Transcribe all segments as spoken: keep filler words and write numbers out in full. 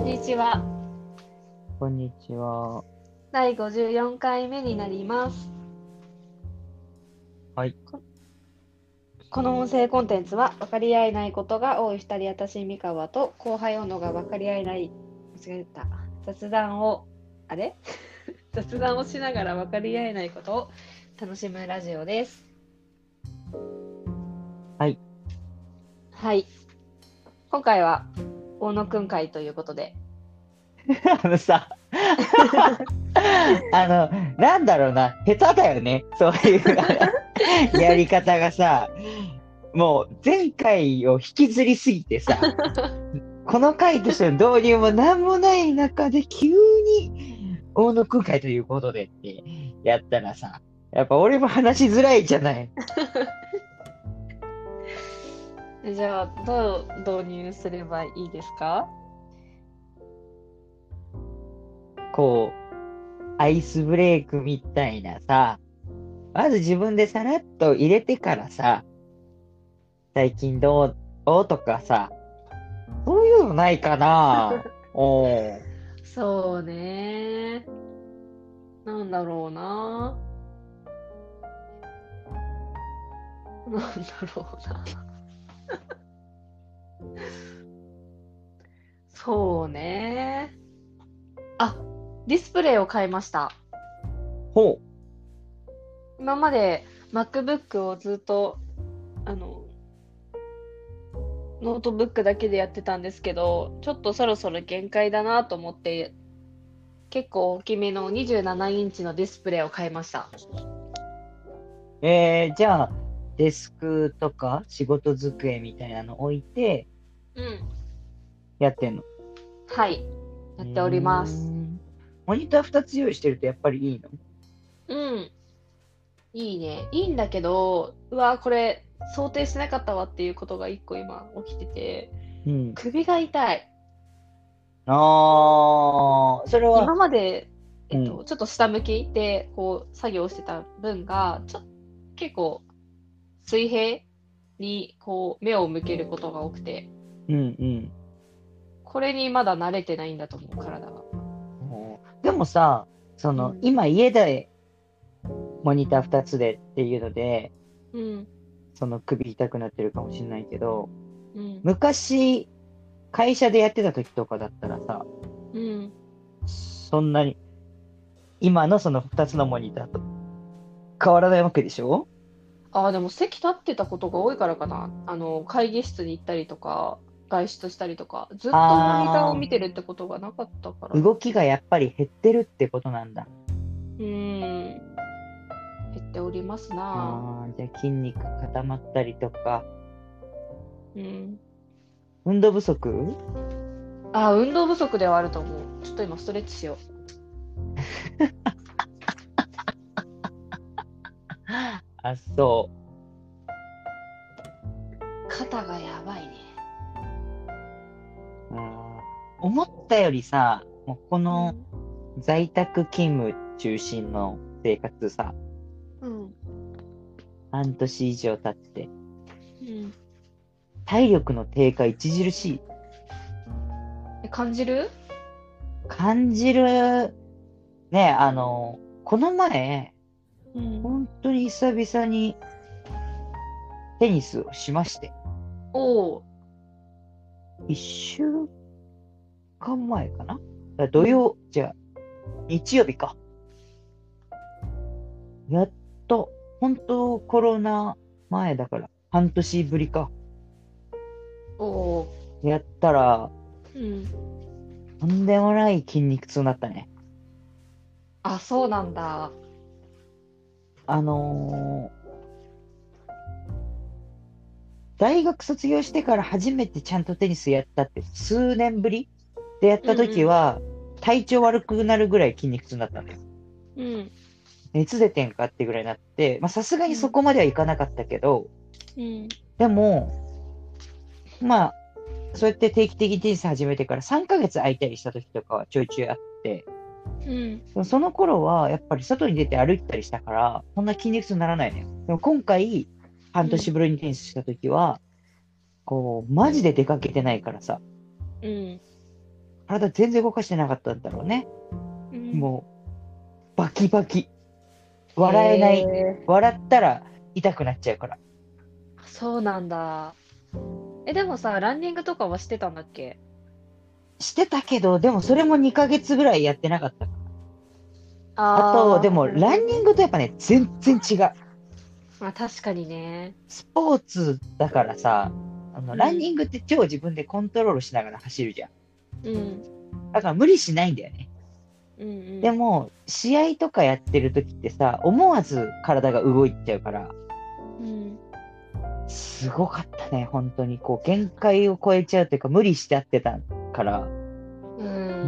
んにちは。 こんにちは。 だいごじゅうよんかいめになります。 はい。 こ、この音声コンテンツは分かり合えないことが多いふたり、私、三河と後輩小野が分かり合えない、間違えた。雑談を、あれ雑談をしながら分かり合えないことを楽しむラジオです。 はい。 はい。今回は大野くん会ということで。 あのさ、あの、なんだろうな、下手だよね。そういうあのやり方がさ、もう前回を引きずりすぎてさ、この回としての導入もなんもない中で急に大野空海ということでってやったらさ、やっぱ俺も話しづらいじゃない。 じゃあ、どう導入すればいいですか？ こう、アイスブレイクみたいなさ、まず自分でさらっと入れてからさ、最近どうとかさ、そういうのないかな。おー。 そうね。なんだろうな。なんだろうな。そうね。あ、ディスプレイを買いました。 ほ今まで MacBook をずっと、あの、ノートブックだけでやってたんですけど、ちょっとそろそろ限界だなと思って、結構大きめのにじゅうななインチのディスプレイを買いました。 う。えー、じゃあ、デスクとか仕事机みたいなの置いてうん。 やってんの？ はい。やうーっております。 ん。モニターふたつ用意してるとやっぱりいいの？ うん。いいね。いいんだけど、うわ、これ想定してなかったわっていうことが一個今起きてて、 うん。 首が痛い。 あー、それは、 今まで、えうん、 っと、ちょっと下向きでこう作業してた分が、ちょ結構水平にこう目を向けることが多くて、 うん、うん。 これにまだ慣れてないんだと思う、体が。 おーでもさ、その、 うん。 今家でモニターふたつでっていうので、 うん。 その首痛くなってるかもしれないけど、 うん。 昔、会社でやってた時とかだったらさ、 うん。 そんなに、今のそのふたつのモニターと変わらないわけでしょ？ ああ、でも席立ってたことが多いからかな。あの、会議室に行ったりとか、外出したりとか、ずっとモニターをあ見てるってことがなかったかー、 ら。 動きがやっぱり減ってるってことなんだ。 うーん、減っておりますな。 あー、じゃあ筋肉固まったりとか、 うん。 運動不足？ ああ、運動不足ではあると思う。ちょっと今ストレッチしよあ、そう。肩がやばいね。 う。あー思ったよりさ、もうこのうん。 在宅勤務中心の生活さ、 うん。 半年以上経って、 うん。 体力の低下著しい。 え、感じる？ 感じる。ね、あの、この前、 うん。 本当に久々にテニスをしまして、 おお。 一週間前かな。あうん。 土曜、じゃあ、日曜日か。やっと、本当コロナ前だから、半年ぶりか。 おお。 やったら、 うん。 とんでもない筋肉痛になったね。 あ、そうなんだ。 あのー大学卒業してから初めてちゃんとテニスやったって数年ぶりでやったうんうん。 時は、体調悪くなるぐらい筋肉痛になったんだよ。 うん。 熱出てんかってぐらいになって、まあさすがにそうん。 こまではいかなかったけど、 うん。 でも、まあ、そうやって定期的にテニス始めてからさんかげつ空いたりした時とかはちょいちょいあって、 うん。 その頃はやっぱり外に出て歩いたりしたから、そんな筋肉痛にならないのよ。でも今回、半年ぶりにテニスした時は、こう、マジで出かけてないからさ、 うん。 体全然動かしてなかったんだろうね。 うん。 もう、バキバキ。笑えない。 へ笑ったら痛くなっちゃうから。 ー、そうなんだ。え、でもさ、ランニングとかはしてたんだっけ？ してたけど、でもそれもにかげつぐらいやってなかった。あと、であー、 も、 なるほランニンどね。 グとやっぱね、全然違う。 まあ確かにね。 スポーツだからさ、あの、 うん。 ランニングって超自分でコントロールしながら走るじゃん。 うん。 だから無理しないんだよね。 うんうん。 でも、試合とかやってる時ってさ、思わず体が動いちゃうから、 うん。 すごかったね、本当に。こう、限界を超えちゃうというか、無理しちゃってたから、 うん。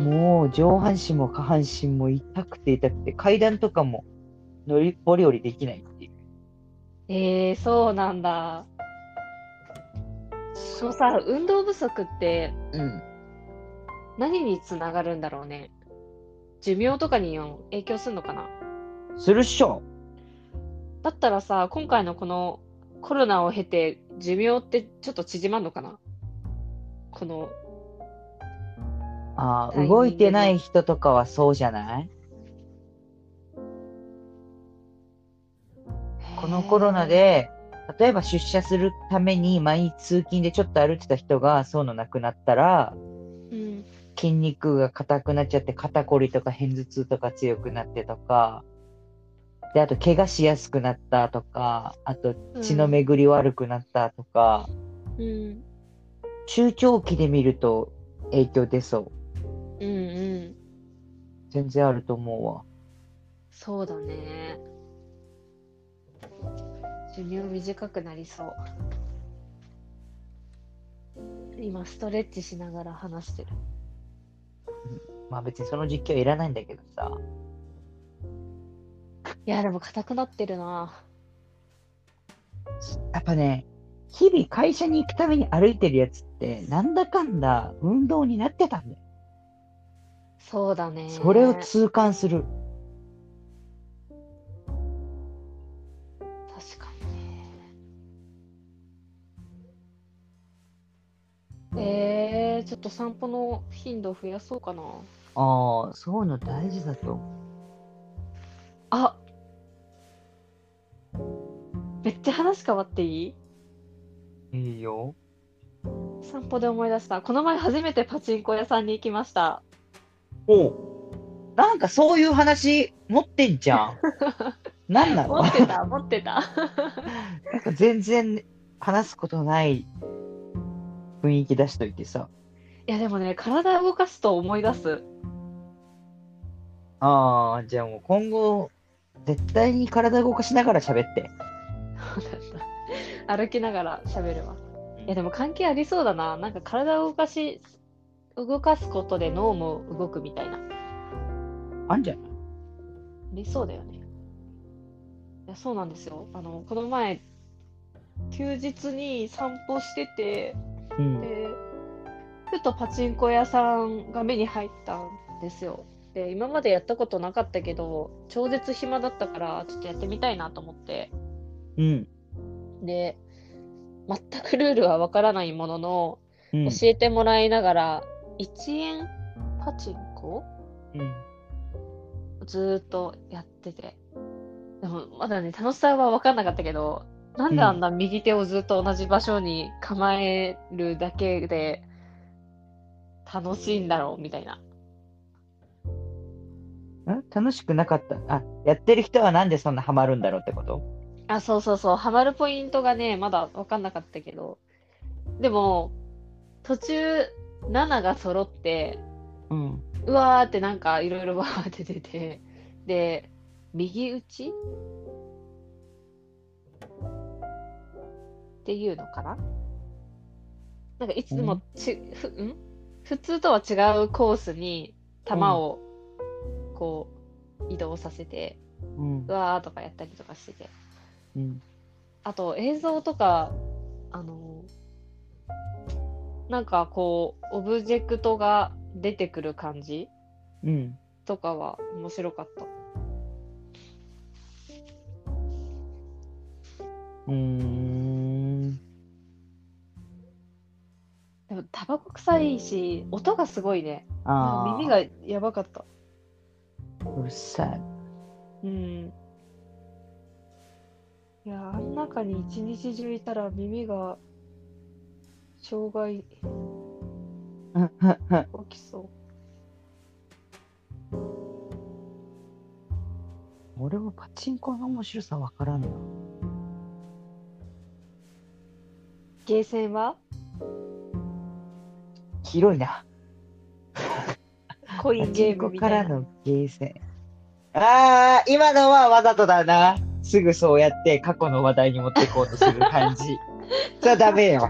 もう上半身も下半身も痛くて痛くて、階段とかも乗り降り降りできないっていう。 えー、そうなんだ。そのさ、運動不足ってうん。 何につながるんだろうね。寿命とかにも影響するのかな。 するっしょ。 だったらさ、今回のこのコロナを経て寿命ってちょっと縮まんのかな、このああ、 タイ動いてなミングで。 い人とかはそうじゃない？このコロナへで、例えば出社するために毎日通勤でちょっと歩いてた人がそういうのなくなったら、 ー。うん。 筋肉が硬くなっちゃって肩こりとか片頭痛とか強くなってとか、で、あと怪我しやすくなったとか、あと血のうん。 巡り悪くなったとか、 うん。 中長期で見ると影響出そう。 うんうん。 全然あると思うわ。 そうだね。寿命短くなりそう。今ストレッチしながら話してる。 まあ別にその実況はいらないんだけどさ。 いや、でも硬くなってるな。 やっぱね、日々会社に行くために歩いてるやつって、なんだかんだ運動になってたんだよ。 そうだそれをね。 痛感する。 確かにね。えー、ちょっと散歩の頻度増やそうかな。 ああ、そういうの大事だと思あ、めっちゃ話変わっていい？ う。いいよ。 散歩で思い出した。この前初めてパチンコ屋さんに行きました。 おう。なんかそういう話持ってんじゃん。なんなの？ 持ってた、持ってた。 なんか全然話すことない雰囲気出しといてさ。 いや、でもね、体を動かすと思い出す。 ああ、じゃあもう今後、絶対に体動かしながら喋って。 そうだった。歩きながら喋るわ。いや、 うん。 でも関係ありそうだな。なんか体を動かし、動かすことで脳も動くみたいな。ああんじゃない？ りそうだよね。いや、そうなんですよ。あの、この前、休日に散歩してて、 うん。 で、ふとパチンコ屋さんが目に入ったんですよ。で、今までやったことなかったけど、超絶暇だったから、ちょっとやってみたいなと思って。 うん。 で、全くルールはわからないものの、 うん。 教えてもらいながら、いちえんパチンコうん。 ずーっとやってて。でも、まだね、楽しさは分かんなかったけど、なんうん。 であんな右手をずっと同じ場所に構えるだけで楽しいんだろうみたいな。 ん楽しくなかった。あ、やってる人はなんでそんなハマるんだろうってこと？ あ、そうそうそう、ハマるポイントがね、まだ分かんなかったけど、でも、途中、ななが揃って、 うん。 うわーってなんかいろいろわーって出て、で、右打ちっていうのかな、なんかいつもうん。 ち、ふ、ん普通とは違うコースに球うん。 をこう移動させて、 うん。 うわーとかやったりとかしてて。 うん。 あと映像とか、あの、なんかこう、オブジェクトが出てくる感じうん。 とかは面白かった。 うーん。 でもタバコ臭いし、音がすごいね。 なんか耳があやばかった。 あ、うるさい。 うん。いや、あん中に一日中いたら耳が障害うんうんうん。 起きそ俺もパチンコの面白さわからんな。 う。ゲーセンは広いな。 コインゲームパチンコみたいな。 からのゲーセン。ああ、今のはわざとだな。すぐそうやって過去の話題に持っていこうとする感じ。それはダメよ。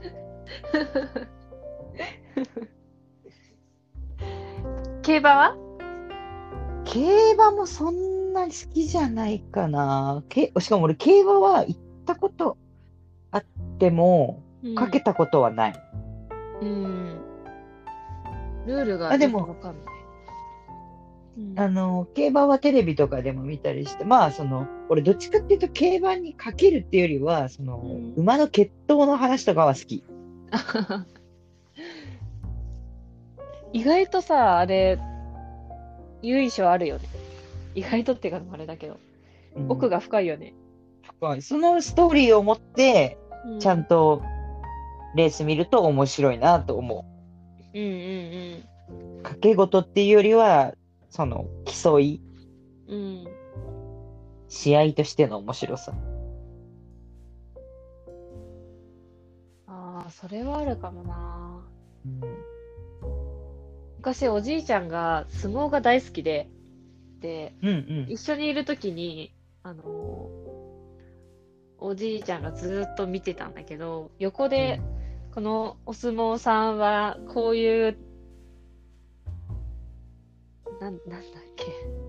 競馬は競馬もそんなに好きじゃないかな。け、しかも俺競馬は行ったことあっても、かけたことはない。 うん。うん。ルールがあ、でよくわも、 かんない。うんあの、競馬はテレビとかでも見たりして、まあ、その、俺どっちかっていうと競馬にかけるっていうよりは、その、 うん馬の血統の話とかは好き。 意外とさ、あれ、由緒あるよね。意外とっていうかあれだけど、 うん奥が深いよね。 深いそのストーリーを持って、 うんちゃんとレース見ると面白いなと思うんうんう。賭け事っていうよりは、その、競い、 うん。うん。 試合としての面白さ。 ああ、それはあるかもな。 うん昔おじいちゃんが相撲が大好きで、で、 うんうん一緒にいるときに、あのおじいちゃんがずーっと見てたんだけど、横で、このお相撲さんは、こういう、なん、なんだっけ、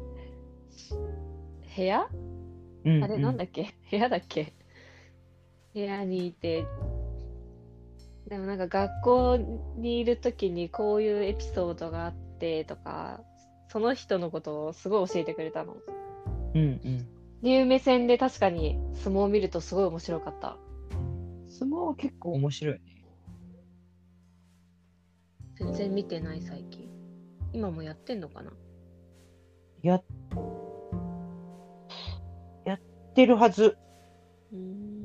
部屋うんあれ、なんだっけ部屋だっけ部屋にいて、でもなんか学校にいるときにこういうエピソードがあってとか、その人のことをすごい教えてくれたの。っうんうんていう目線で確かに相撲を見るとすごい面白かった。 相撲は結構面白いね。 全然見てない最近。今もやってんのかな。 や、やってるはず。 うーん。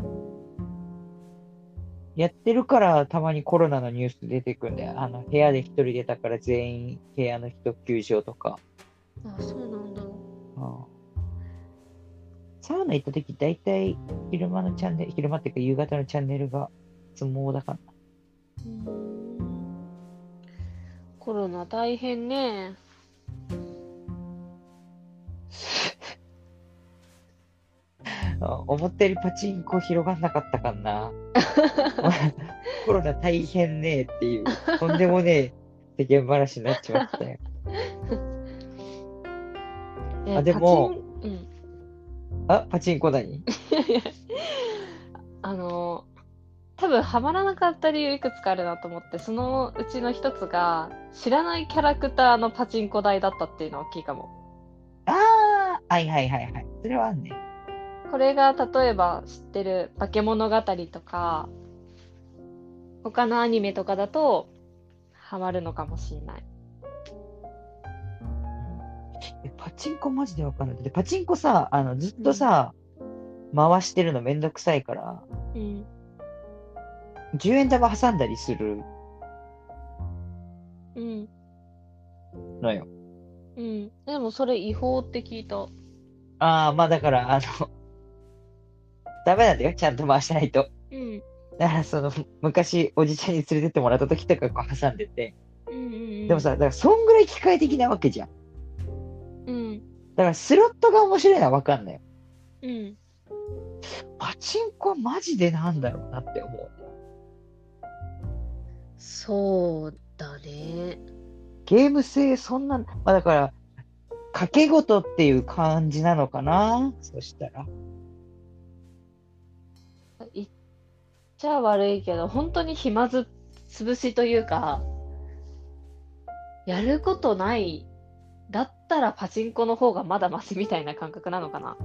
やってるからたまにコロナのニュース出てくるんだよ。あの、部屋で一人出たから全員部屋の人休場とか。 あ、そうなんだ。うああサウナ行った時大体昼間のチャンネル、昼間っていうか夕方のチャンネルが相撲だから。 ーん。コロナ大変ね。 あ思ったよりパチンコ広がんなかったかんな。コロナ大変ねえっていう、とんでもねえ世間話になっちまったよ。 え、 あ、でパチも、 ン、うん。 あ、パチンコ何あの、多分ハマらなかった理由いくつかあるなと思って、そのうちの一つが、知らないキャラクターのパチンコ台だったっていうのは大きいかも。 ああ、はいはいはいはい。それはあんね。 これが例えば知ってる化け物語とか、他のアニメとかだとハマるのかもしんない。 え、パチンコマジでわかんない。で、パチンコさ、あの、ずっうん。 とさ、回してるのめんどくさいから、 うん。 じゅうえん玉挟んだりするうん。 のよ。 うん。でもそれ違法って聞いた。 ああ、まあだから、あの、ダメなんだよ。ちゃんと回してないと。 うん。 だから、その、昔、おじちゃんに連れてってもらった時とかこう挟んでて。 うんうんでもさ、だから、そんぐらい機械的なわけじゃん。 うん。うん。 だから、スロットが面白いのはわかんないよ。 うん。 パチンコはマジでなんだろうなって思う。 そうだね。 ゲーム性そんな、まあだから、賭け事っていう感じなのかなそしたら。 言っちゃ悪いけど、本当に暇つつぶしというか、やることない。だったらパチンコの方がまだマシみたいな感覚なのかな。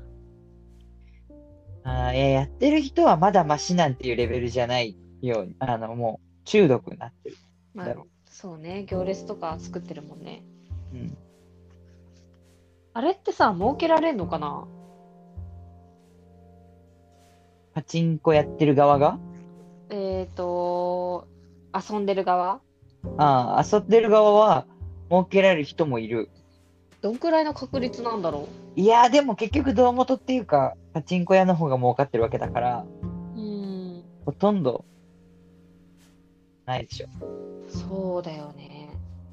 あーいや、やってる人はまだマシなんていうレベルじゃないように、あの、もう中毒になってる。 まあ、 だろそうね、行列とか作ってるもんね。 うん。 あれってさ、儲けられんのかな？ パチンコやってる側がえっと、遊んでる側ああ、遊んでる側は儲けられる人もいる。 どんくらいの確率なんだろいやー、でも結局胴元っていうか、パチンコ屋の方が儲かってるわけだから、 う。うん、 ほとんどないでしょ。 そうだよね。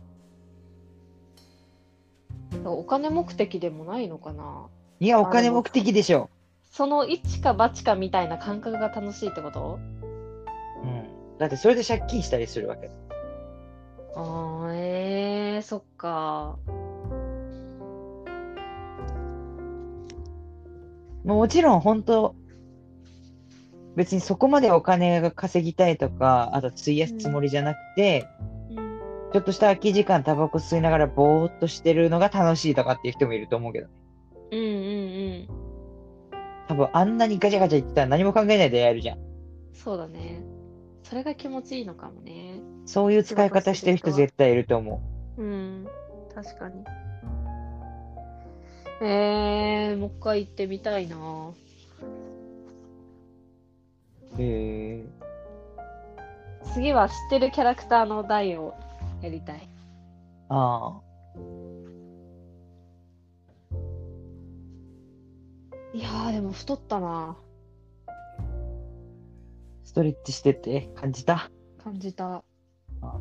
お金目的でもないのかな？ いや、おあ、でも、 金目的でしょ。 その一か八かみたいな感覚が楽しいってこと？ うん。だってそれで借金したりするわけ。 ああ、ええー、そっか。 ももちろん本当、別にそこまでお金が稼ぎたいとか、あと費やすつもうん、 りじゃなくて、 うん、 ちょっとした空き時間タバコ吸いながらぼーっとしてるのが楽しいとかっていう人もいると思うけどね。 うん、うん、うん。 多分あんなにガチャガチャ言ってたら何も考えないでやるじゃん。 そうだね。それが気持ちいいのかもね。 そういう使い仕事し方してるてる人は。 人絶対いると思うん、確かに。えー、もう一回行ってみたいな。 う。へえ。 次は知ってるキャラクターの台をやりたい。 ああ。 いやー、でも太ったな。 ストレッチしてて感じた。 感じた。 あ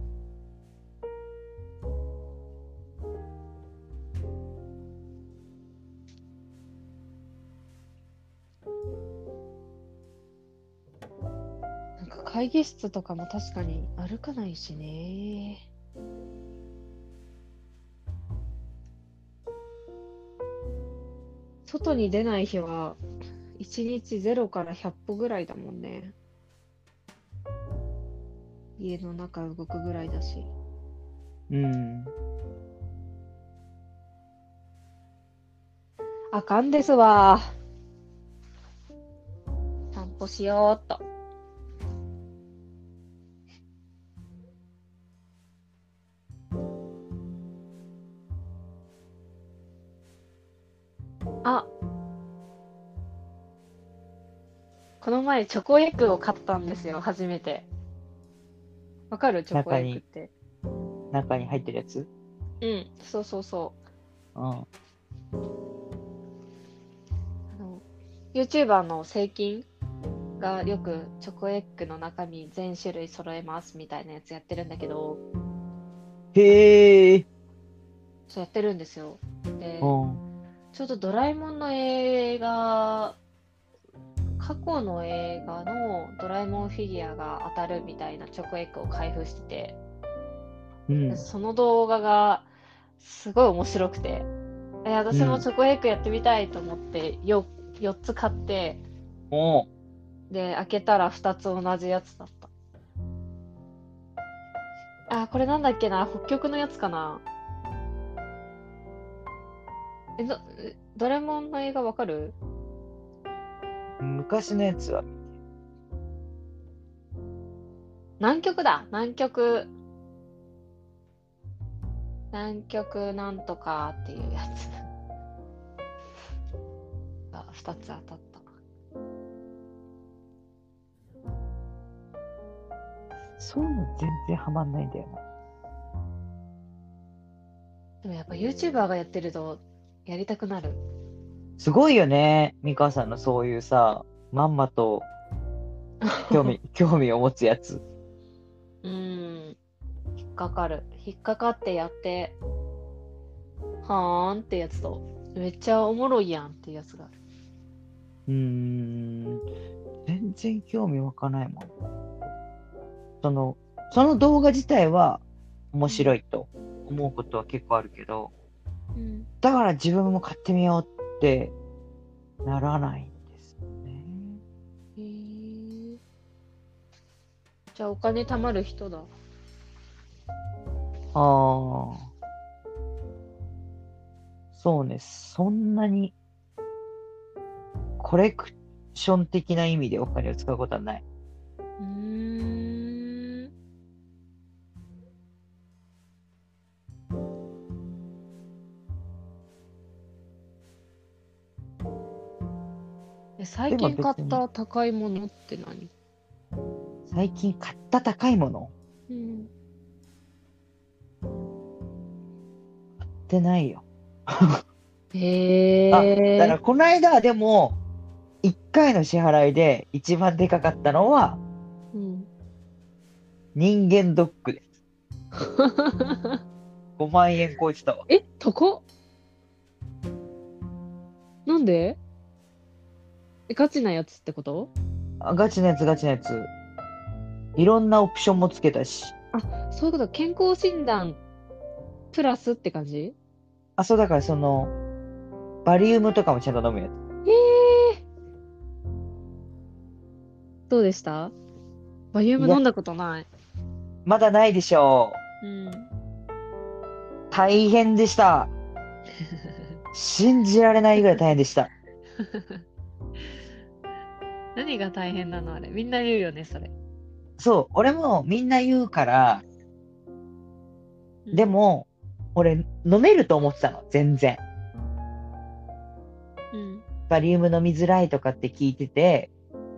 なんか会議室とかも確かに歩かないしね。外に出ない日はいちにちゼロからひゃっ歩ぐらいだもんね。家の中動くぐらいだし。 うん。 あかんですわ。散歩しようっと。あ、この前チョコエッグを買ったんですよ、初めて。わかるチョコ中に、 エッグって。 中に入ってるやつ。 うん、そうそうそう。 うん。 あの、YouTuber のセイキンがよくチョコエッグの中身全種類揃えますみたいなやつやってるんだけど、 へえ。 そうやってるんですよ。 うで、 ん。 ちょうどドラえもんの映画、過去の映画のドラえもんフィギュアが当たるみたいなチョコエッグを開封してて、でうん。 その動画がすごい面白くて、え、私もうん。 チョコエッグやってみたいと思ってよよっつ買って、 おー。 で、開けたらふたつ同じやつだった。あ、これなんだっけな、北極のやつかな。え、ど、えドラえもんの映画わかる？ 昔のやつは、 南極だ。南極、南極なんとかっていうやつがふたつ当たった。 そういうの全然ハマんないんだよな。 でもやっぱ YouTuber がやってるとやりたくなる。 すごいよね。ミカさんのそういうさ、まんまと興味、興味を持つやつ。 うーん、引っかかる。引っかかってやって、はーんってやつと、めっちゃおもろいやんっていうやつがある。 うーん。全然興味湧かないもん。その、その動画自体は面うん。 白いと思うことは結構あるけど、 うん。 だから自分も買ってみようってならないんですよね。 へー、じゃあお金貯まる人だ。 ああ、そうね。そんなにコレクション的な意味でお金を使うことはない。 うーん。 え、最でも近買っ別に、 た高いものって何？ 最近買った高いものうん。 買ってないよ。あ、だからへえ。 この間でも、いっかいの支払いで一番でかかったのは、 うん。 人間ドックです。ごまん円超えてたわ。 え、高っ。なんで？え、ガチなやつってこと？ あ、ガチなやつ、ガチなやつ。いろんなオプションもつけたし。 あ、そういうこと。健康診断プラスって感じ？ あ、そうだからその、バリウムとかもちゃんと飲むやつ。 ええ。どうでした？バリウいや、 ム飲んだことない。 まだないでしょうん。 う。大変でした。信じられないぐらい大変でした。 何が大変なのあれ。みんな言うよね、それ。 そう、俺もみんな言うから、 うん。 でも、俺飲めると思ってたの、全然。 うん。 バリウム飲みづらいとかって聞いてて、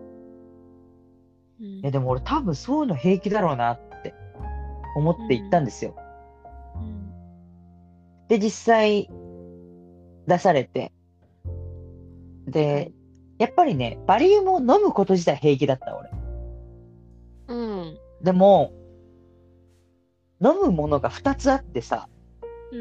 うん。 いやでも俺多分そういうの平気だろうなって思って行ったうん。 んですよ。 うん。 で、実際出されて、で、 はい。 やっぱりね、バリウムを飲むこと自体平気だった、俺。 うん。 でも、飲むものがふたつあってさ、 うん。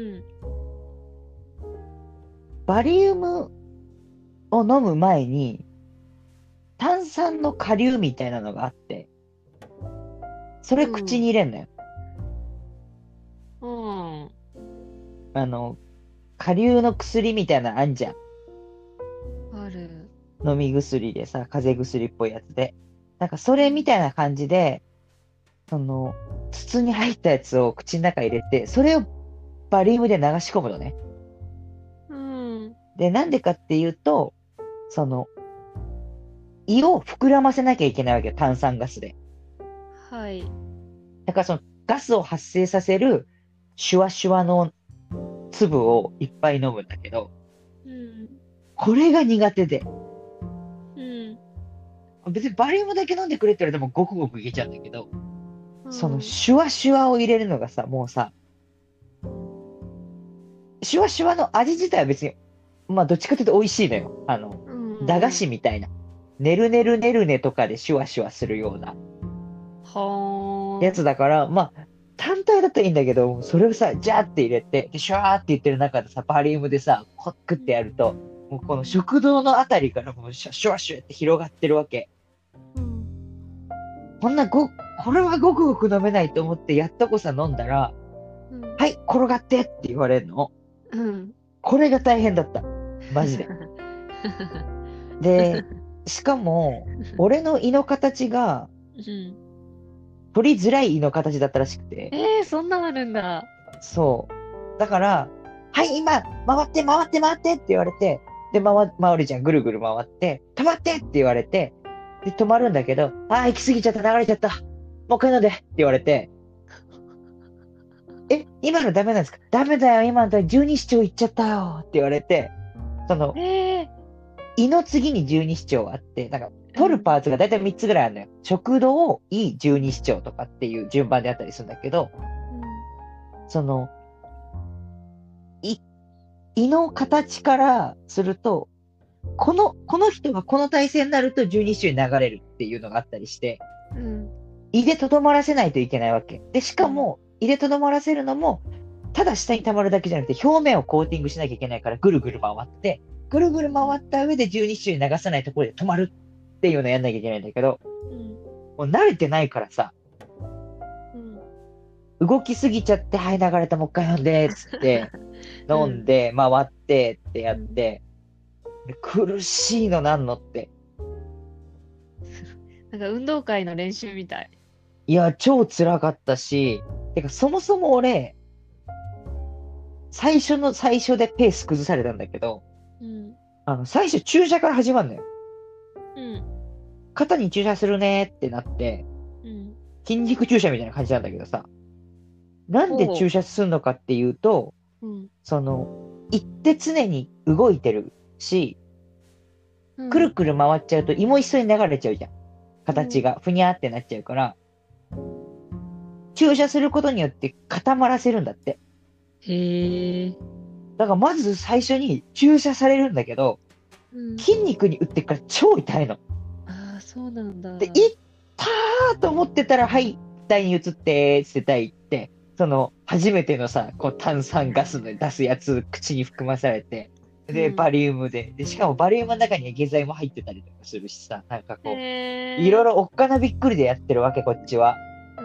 バリウムを飲む前に、炭酸の顆粒みたいなのがあって、それ口うん。 に入れんのよ。 うん。 あの、顆粒の薬みたいなのあんじゃん。 ある。 飲み薬でさ、風邪薬っぽいやつで。なんかそうん。 れみたいな感じで、その、筒に入ったやつを口の中入れて、それをバリウムで流し込むのね。 うん。 で、なんでかっていうと、その、胃を膨らませなきゃいけないわけよ、炭酸ガスで。 はい。 だからそのガスを発生させるシュワシュワの粒をいっぱい飲むんだけど、 うん。 これが苦手で、 うん。 別にバリウムだけ飲んでくれって言われてもごくごくいけちゃうんだけど、そのうん。 シュワシュワを入れるのがさ、もうさ、シュワシュワの味自体は別に、まあどっちかというと美味しいのよ。あの、 う駄菓ん。 子みたいな。ねるねるねるねとかでシュワシュワするようなやはつだから、まあ、単体だったらいいんだけど、それをさ、ジャーって入れて、でシュワーって言ってる中でさ、バリウムでさ、コックってやると、もうこの食道のあたりからもうシュシュワシュワって広がってるわけ。 あ。うん。 こんなご、これはごくごく飲めないと思ってやっとこさ飲んだら、 うん。 はい、転がってって言われるの。 うん。 これが大変だった。マジで。で、しかも、俺の胃の形がうん。 取りづらい胃の形だったらしくて、 えー、そんなんあるんだ。 そう。だから、はい、今、回って、回って、回ってって言われて、で、回、回るじゃん。ぐるぐる回って、止まってって言われて、で、止まるんだけど、あー、行き過ぎちゃった、流れちゃった。もう一回飲んでって言われて、え、今のダメなんですか？ダメだよ、今の十二指腸行っちゃったよって言われて、その、 えー、 胃の次に十二指腸あって、なんか、 うん。 取るパーツがだいたいみっつぐらいあるのよ。食道、胃、十二指腸とかっていう順番であったりするんだけど、 うん。 その、い胃の形からすると、この、この人がこの体勢になると十二指腸に流れるっていうのがあったりして、 うん。 胃でとどまらせないといけないわけ。で、しうん。 かも、胃でとどまらせるのも、ただ下に溜まるだけじゃなくて、表面をコーティングしなきゃいけないから、ぐるぐる回って、ぐるぐる回った上で十二指腸に流さないところで止まるっていうのをやんなきゃいけないんだけど、 うん。 もう慣れてないからさ、 うん。 動きすぎちゃって、はい、流れた、もう一回飲んで、つって、 うん。 飲んで、回ってってうん。 やって、で苦しいのなんのって。 なんか運動会の練習みたい。 いや、超辛かったし、てか、そもそも俺、最初の最初でペース崩されたんだけど、 うん。 あの、最初注射から始まるのよ。 うん。 肩に注射するねってなって、 うん。 筋肉注射みたいな感じなんだけどさ、なんでほ注射するのかっていうと、 う。うん。 その、一って常に動いてるし、 うんくるくる回っちゃうと胃も一緒に流れちゃうじゃん。 うん形がふにゃーってなっちゃうから、注射することによって固まらせるんだって。 へえ。 だからまず最初に注射されるんだけど、 うん。 筋肉に打ってから超痛いの。 ああ、そうなんだ。 で、いったーと思ってたら、はい、体に移ってーって体行って、その、初めてのさ、こう炭酸ガスで出すやつ、口に含まされて、で、 うんバリウムで、で、しかもバリウムの中には下剤も入ってたりとかするしさ、なんかこう、いへえ。 ろいろおっかなびっくりでやってるわけ、こっちは。 うん。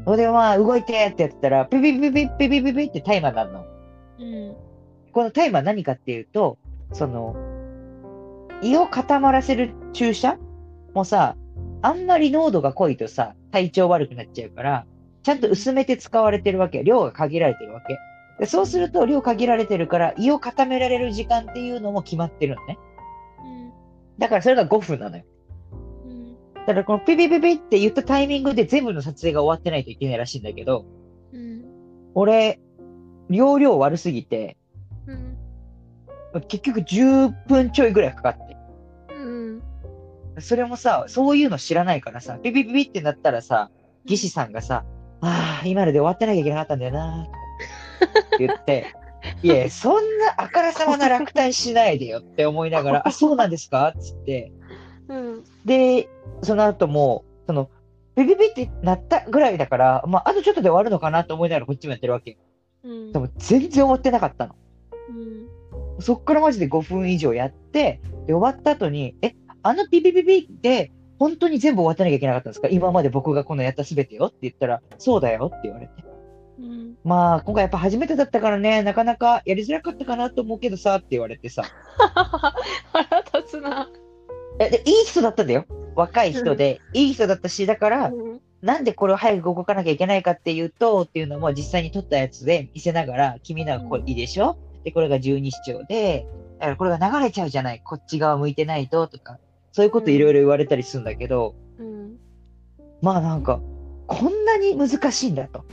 それでまあ、動いてってやったら、ピピピピピピピピってタイマーになるの。 うん。 このタイマー何かっていうと、その、胃を固まらせる注射もさ、あんまり濃度が濃いとさ、体調悪くなっちゃうから、ちゃんと薄めて使われてるわけ。量が限られてるわけ。でそうすると、量限られてるから、胃を固められる時間っていうのも決まってるのね。 うん。 だからそれがごふんなのよ。 うん。 だからこのピピピピって言ったタイミングで全部の撮影が終わってないといけないらしいんだけど、 うん。 俺、容量悪すぎて、 うん。 結局じゅっぷんちょいぐらいかかって。 うん。 それもさ、そういうの知らないからさ、ピピピピってなったらさ、技師さんがさ、ああ、今ので終わってなきゃいけなかったんだよな、って言って、いや、そんなあからさまな落胆しないでよって思いながら、あ、そうなんですかつって。 うん。 で、その後も、その、ピピピってなったぐらいだから、まあ、あとちょっとで終わるのかなと思いながらこっちもやってるわけ。 うん。 でも全然終わってなかったの。 うん。 そっからマジでごふん以上やって、で、終わった後に、え、あのピピピピって本当に全部終わってなきゃいけなかったんですか？今まで僕がこのやったすべてよって言ったら、そうだよって言われて。 うん。 まあ、今回やっぱ初めてだったからね、なかなかやりづらかったかなと思うけどさ、って言われてさ。 腹立つな。 え、で、いい人だったんだよ。若い人で、いい人だったし、だから、 うん。 なんでこれを早く動かなきゃいけないかっていうと、っていうのも実際に撮ったやつで見せながら、君のはこれいいでしょで、これが十二指腸で、だからこれが流れちゃうじゃない。こっち側向いてないと、とか、そういうこといろいろ言われたりするんだけど、 うん。 まあなんか、こんなに難しいんだと。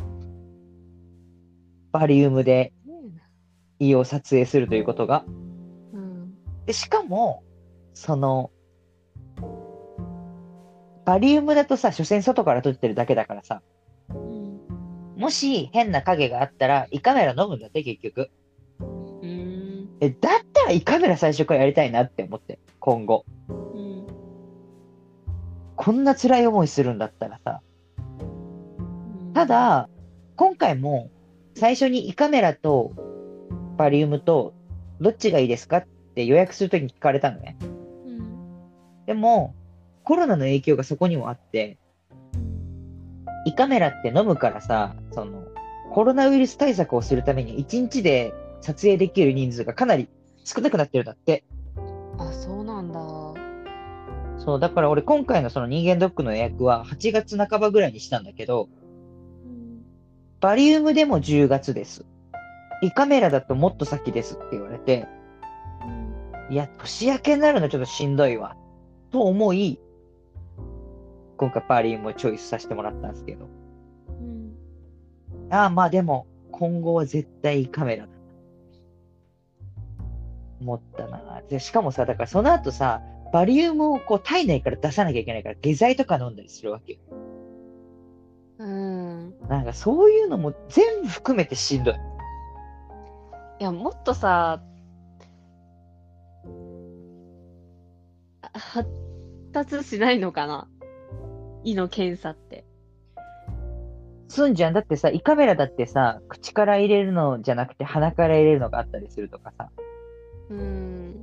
バリウムで胃を撮影するということが。 うん。 で、しかも、その、バリウムだとさ、所詮外から撮ってるだけだからさ、 うん。 もし変な影があったら、胃カメラ飲むんだって、結局。 うん。 え、だったら胃カメラ最初からやりたいなって思って、今後。 うん。 こんな辛い思いするんだったらさ。ただ、今回も、最初に胃カメラとバリウムと、どっちがいいですかって予約するときに聞かれたのね。 うん。 でも、コロナの影響がそこにもあって、胃カメラって飲むからさ、その、コロナウイルス対策をするためにいちにちで撮影できる人数がかなり少なくなってるんだって。 あ、そうなんだ。 そう、だから俺今回のその人間ドックの予約ははちがつなかばぐらいにしたんだけど、 うん。 バリウムでもじゅうがつです。胃カメラだともっと先ですって言われて、いや、年明けになるのちょっとしんどいわ。と思い、今回バリウムをチョイスさせてもらったんですけど。 うん。 ああ、まあでも、今後は絶対胃カメラだ。思ったな。で、しかもさ、だからその後さ、バリウムをこう体内から出さなきゃいけないから、下剤とか飲んだりするわけよ。 うん。 なんかそういうのも全部含めてしんどい。 いや、もっとさ、あ発達しないのかな、胃の検査って。 すんじゃん。だってさ、胃カメラだってさ、口から入れるのじゃなくて鼻から入れるのがあったりするとかさ、 うん。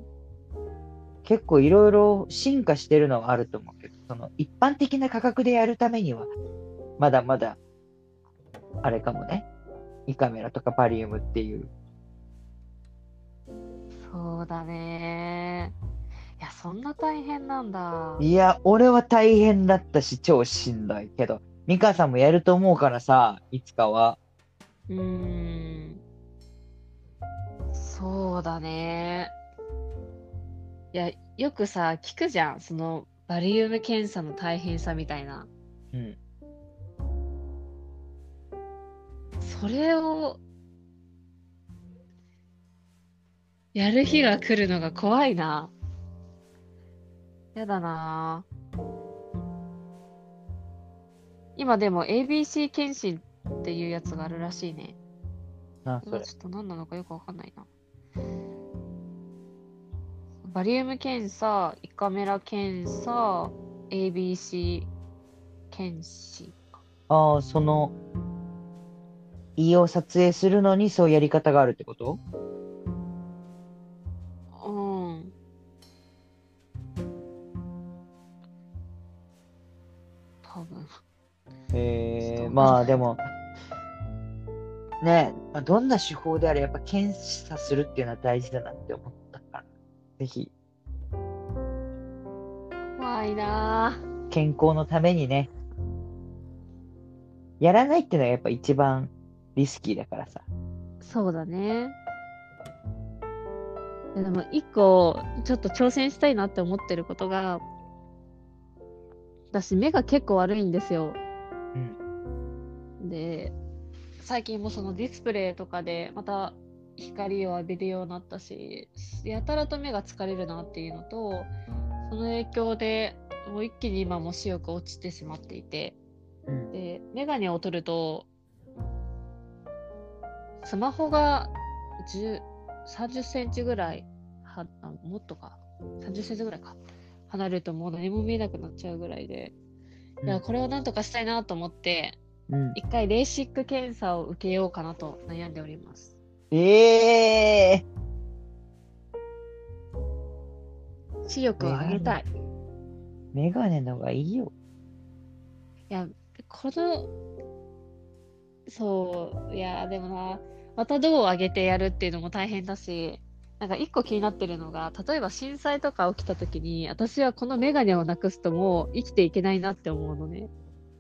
結構いろいろ進化してるのはあると思うけど、その一般的な価格でやるためには、まだまだ、あれかもね。胃カメラとかバリウムっていう。 そうだね。いや、そんな大変なんだ。 いや、俺は大変だったし、超しんどいけど、ミカさんもやると思うからさ、いつかは。 うーん。そうだね。いや、よくさ、聞くじゃん。その、バリウム検査の大変さみたいな。 うん。 それをやる日が来るのが怖いな。 やだなぁ。今でも エービーシー 検診っていうやつがあるらしいね。 な、それ。 まあちょっと何なのかよくわかんないな。バリウム検査、胃カメラ検査、エービーシー 検診。 ああ、その、胃を撮影するのにそういうやり方があるってこと？ うん。多分。 えー、 ちょっとわかんない。 まあでも、ね、まあどんな手法であれやっぱ検査するっていうのは大事だなって思ったから、ぜひ怖いなぁ。 健康のためにね、やらないっていうのがやっぱ一番リスキーだからさ。 そうだね。いやでも一個、ちょっと挑戦したいなって思ってることが、私目が結構悪いんですよ。 うん。 で、最近もそのディスプレイとかでまた光を浴びるようになったし、やたらと目が疲れるなっていうのと、その影響でもう一気に今も視力落ちてしまっていて、 うん。 で、メガネを取ると、スマホがじゅう、さんじゅっセンチぐらい、は、あもっとか、さんじゅっセンチぐらいか、離れるともう何も見えなくなっちゃうぐらいで、いや、これをなんとかしたいなと思って、 うん。 一回レーシック検査を受けようかなと悩んでおります。 ええ視力をー、メガネ、 上げたい。 メガネの方がいいよ。 いや、この、そう、いや、でもな、またどう上げてやるっていうのも大変だし、なんか一個気になってるのが、例えば震災とか起きた時に、私はこのメガネをなくすともう生きていけないなって思うのね。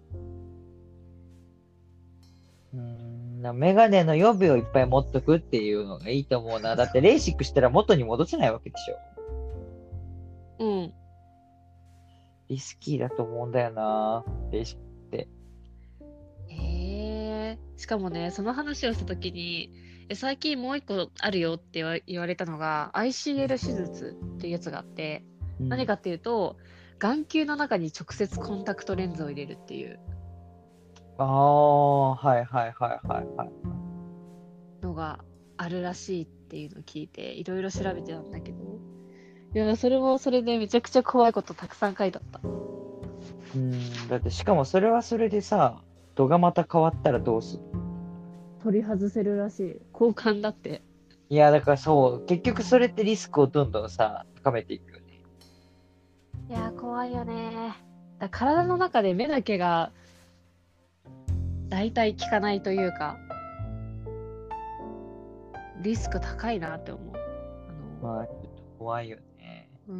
うーん、なメガネの予備をいっぱい持っとくっていうのがいいと思うな。だってレーシックしたら元に戻せないわけでしょ。 うん。 リスキーだと思うんだよな、レーシックって。 へえ。しかもね、その話をした時に、え最近もう一個あるよって言わ言われたのが、アイシーエル 手術っていうやつがあって、 うん。 何かっていうと、眼球の中に直接コンタクトレンズを入れるっていうああ、はいはいはいはいはい。 のがあるらしいっていうのを聞いて、いろいろ調べてたんだけど、いや、それもそれでめちゃくちゃ怖いことたくさん書いてあった。 うん、だってしかもそれはそれでさ、度がまた変わったらどうする？ 取り外せるらしい。交換だって。 いや、だからそう、結局それってリスクをどんどんさ、高めていくよね。 いやー、怖いよね。だ体の中で目だけが大体効かないというか、リスク高いなって思う。あの、 まあ、ちょっと怖いよね。 うん。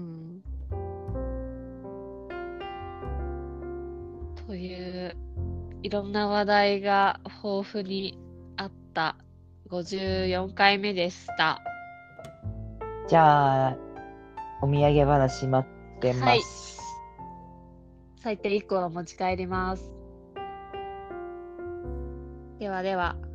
という、いろんな話題が豊富にあったごじゅうよんかいめでした。 じゃあ、お土産話待ってはい。 ます。 最低いっこは持ち帰ります。ではでは。